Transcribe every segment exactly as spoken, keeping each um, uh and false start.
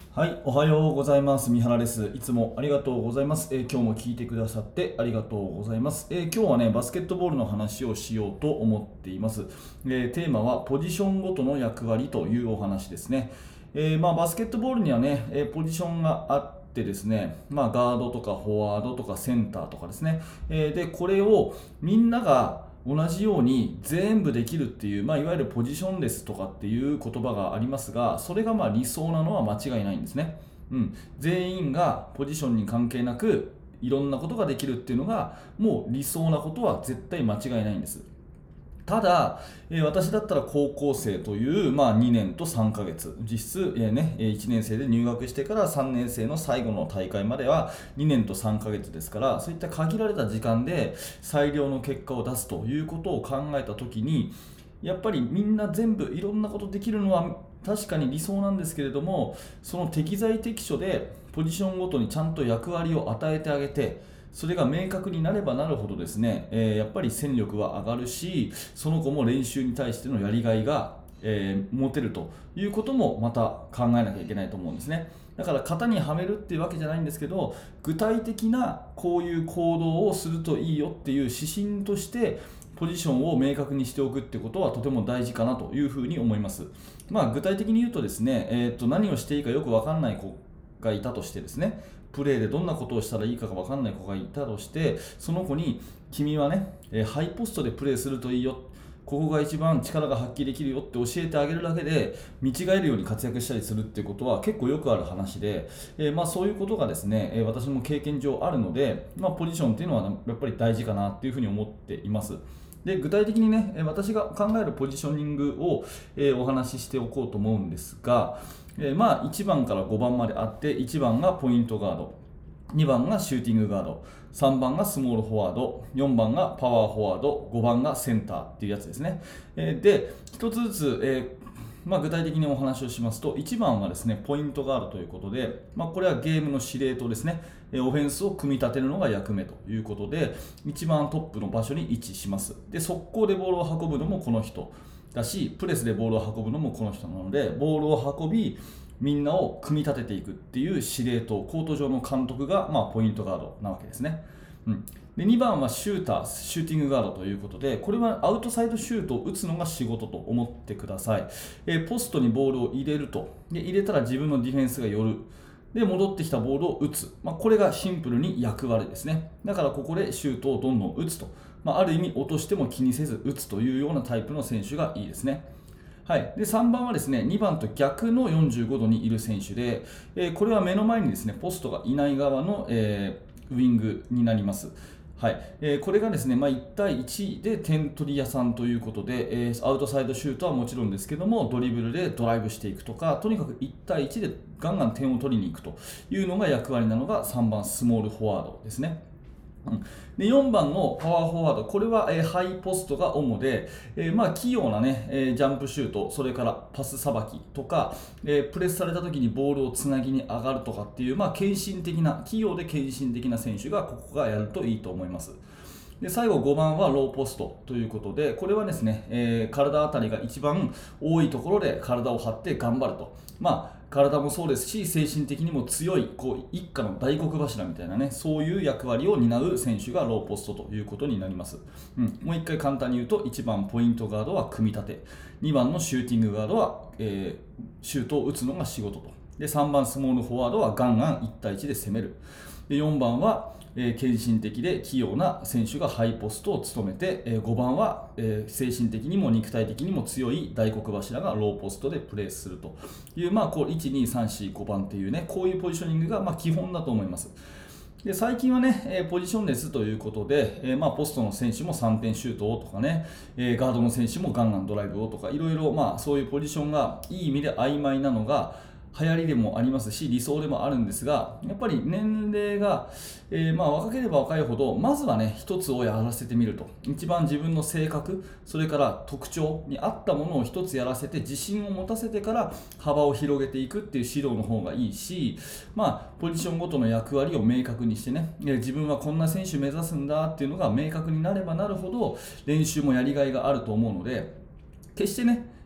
はい、おはようございます。三原です。いつもありがとうございます。えー今日も聞いてくださってありがとうございます。えー今日はね、バスケットボールの話をしようと思っています。えーテーマはポジションごとの役割というお話ですね。えーまあ、バスケットボールにはね、えーポジションがあってですね、まあ、ガードとかフォワードとかセンターとかですね、えーでこれをみんなが同じように全部できるっていう、まあ、いわゆるポジションレスとかっていう言葉がありますが、それがまあ理想なのは間違いないんですね。うん、全員がポジションに関係なくいろんなことができるっていうのがもう理想なことは絶対間違いないんです。ただ、えー私だったら高校生という、まあ、にねんとさんかげつ、実質、えーね、えーいちねん生で入学してからさんねん生の最後の大会まではにねんとさんかげつですから、そういった限られた時間で最良の結果を出すということを考えたときに、やっぱりみんな全部いろんなことできるのは確かに理想なんですけれども、その適材適所でポジションごとにちゃんと役割を与えてあげて、それが明確になればなるほどですね、えーやっぱり戦力は上がるし、その子も練習に対してのやりがいが、えー持てるということもまた考えなきゃいけないと思うんですね。だから型にはめるっていうわけじゃないんですけど、具体的なこういう行動をするといいよっていう指針としてポジションを明確にしておくってことはとても大事かなというふうに思います。まあ、具体的に言うとですね、えーと何をしていいかよく分かんない子がいたとしてですね、プレーでどんなことをしたらいいかが分かんない子がいたとして、その子に君はね、えーハイポストでプレーするといいよ、ここが一番力が発揮できるよって教えてあげるだけで見違えるように活躍したりするっていうことは結構よくある話で、えーまあ、そういうことがですね、えー私も経験上あるので、まあ、ポジションっていうのはやっぱり大事かなっていうふうに思っています。で具体的にね、えー私が考えるポジショニングを、えーお話ししておこうと思うんですが、えーまあいちばんからごばんまであって、いちばんがポイントガード、にばんがシューティングガード、さんばんがスモールフォワード、よんばんがパワーフォワード、ごばんがセンターっていうやつですね。えーで、一つずつ、えーまあ、具体的にお話をしますと、いちばんはですね、ポイントガードということで、まあ、これはゲームの司令塔ですね、えーオフェンスを組み立てるのが役目ということで、一番トップの場所に位置します。で、速攻でボールを運ぶのもこの人だし、プレスでボールを運ぶのもこの人なので、ボールを運び、みんなを組み立てていくっていう司令塔、コート上の監督が、まあ、ポイントガードなわけですね。うん、でにばんはシューター、シューティングガードということで、これはアウトサイドシュートを打つのが仕事と思ってください。えーポストにボールを入れると、で入れたら自分のディフェンスが寄る。で、戻ってきたボールを打つ。まあ、これがシンプルに役割ですね。だからここでシュートをどんどん打つと。まあ、ある意味落としても気にせず打つというようなタイプの選手がいいですね。はい、でさんばんはですね、にばんと逆のよんじゅうごどにいる選手で、えーこれは目の前にですねポストがいない側の、えーウィングになります。はい、えーこれがですね、まあ、いち対いちで点取り屋さんということで、えーアウトサイドシュートはもちろんですけども、ドリブルでドライブしていくとか、とにかくいち対いちでガンガン点を取りに行くというのが役割なのがさんばんスモールフォワードですね。うんでよんばんのパワーフォワード、これは、えーハイポストが主で、えーまあ、器用な、ねえージャンプシュート、それからパスさばきとか、えープレスされた時にボールをつなぎに上がるとかっていう、まあ、献身的な、器用で献身的な選手がここがやるといいと思います。で最後ごばんはローポストということで、これはですね、えー体当たりが一番多いところで体を張って頑張ると。まあ体もそうですし、精神的にも強いこう一家の大黒柱みたいなね、そういう役割を担う選手がローポストということになります。うん、もう一回簡単に言うと、いちばんポイントガードは組み立て、にばんのシューティングガードは、えーシュートを打つのが仕事と。でさんばんスモールフォワードはガンガンいち対いちで攻める。でよんばんは、えー献身的で器用な選手がハイポストを務めて、えーごばんは、えー精神的にも肉体的にも強い大黒柱がローポストでプレーするという、まあ、こういち、に、さん、よん、ごばんっていうね、こういうポジショニングがまあ基本だと思います。で最近はね、えーポジションレスということで、えーまあ、ポストの選手もさんてんシュートをとかね、えーガードの選手もガンガンドライブをとか、いろいろまあそういうポジションがいい意味で曖昧なのが流行りでもありますし、理想でもあるんですが、やっぱり年齢が、えーまあ若ければ若いほど、まずはね一つをやらせてみると、一番自分の性格、それから特徴に合ったものを一つやらせて自信を持たせてから幅を広げていくっていう指導の方がいいし、まあポジションごとの役割を明確にしてね、えー自分はこんな選手目指すんだっていうのが明確になればなるほど、練習もやりがいがあると思うので、決してね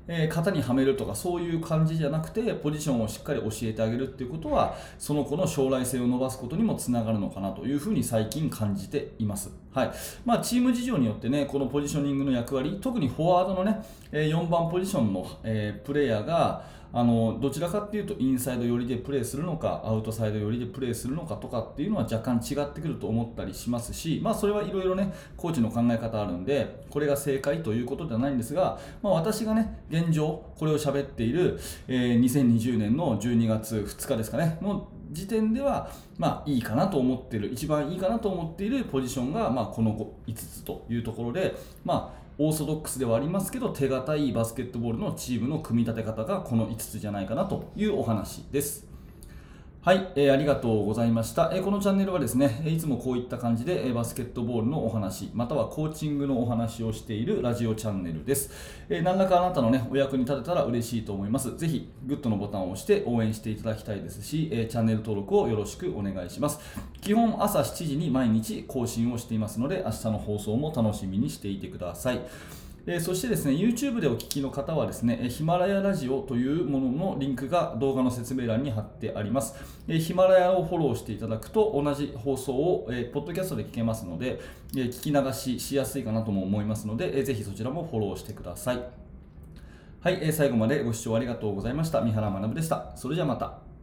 えー型にはめるとかそういう感じじゃなくて、ポジションをしっかり教えてあげるっていうことは、その子の将来性を伸ばすことにもつながるのかなというふうに最近感じています。はい。まあ、チーム事情によってね、このポジショニングの役割、特にフォワードのね、えーよんばんポジションの、えープレイヤーが、あのどちらかっていうとインサイド寄りでプレーするのかアウトサイド寄りでプレーするのかとかっていうのは若干違ってくると思ったりしますし、まあ、それはいろいろねコーチの考え方あるんで、これが正解ということではないんですが、まあ、私がね現状これを喋っている、えーにせんにじゅうねんのじゅうにがつふつかですかねの時点では、まあいいかなと思っている、一番いいかなと思っているポジションが、まあ、このいつつというところで、まあオーソドックスではありますけど手堅いバスケットボールのチームの組み立て方がこのいつつじゃないかなというお話です。はい、えーありがとうございました、えーこのチャンネルはですね、いつもこういった感じで、えーバスケットボールのお話またはコーチングのお話をしているラジオチャンネルです。えー何らかあなたの、ね、お役に立てたら嬉しいと思います。ぜひグッドのボタンを押して応援していただきたいですし、えーチャンネル登録をよろしくお願いします。基本朝しちじに毎日更新をしていますので、明日の放送も楽しみにしていてください。えーそしてですね、YouTube でお聞きの方はですね、えーヒマラヤラジオというもののリンクが動画の説明欄に貼ってあります。えーヒマラヤをフォローしていただくと同じ放送を、えーポッドキャストで聞けますので、えー聞き流ししやすいかなとも思いますので、えーぜひそちらもフォローしてください。はい、えー最後までご視聴ありがとうございました。三原学でした。それじゃあまた。